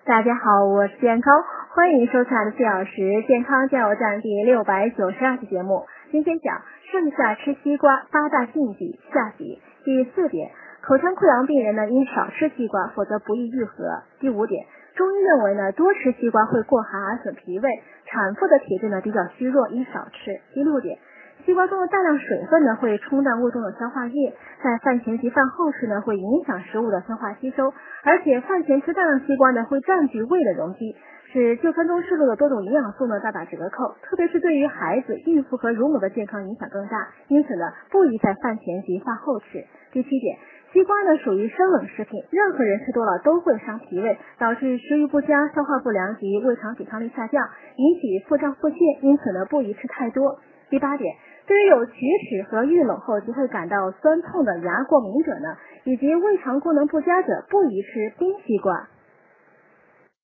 大家好，我是健康，欢迎收看4小时健康加油站第692期节目。今天讲盛夏吃西瓜8大禁忌下集。第4点，口腔溃疡病人呢应少吃西瓜，否则不易愈合。第5点，中医认为呢多吃西瓜会过寒而损脾胃，产妇的体质呢比较虚弱，应少吃。第6点，西瓜中的大量水分呢会冲淡胃中的消化液，在饭前及饭后吃呢会影响食物的消化吸收，而且饭前吃大量西瓜呢会占据胃的容积，使就餐中摄入的多种营养素呢大打折扣，特别是对于孩子、孕妇和乳母的健康影响更大，因此呢不宜在饭前及饭后吃。第7点，西瓜呢属于生冷食品，任何人吃多了都会伤脾胃，导致食欲不佳、消化不良及胃肠抵抗力下降，引起腹胀腹泻，因此呢不宜吃太多。第8点，对于有龋齿和遇冷后就会感到酸痛的牙过敏者呢，以及胃肠功能不佳者，不宜吃冰西瓜。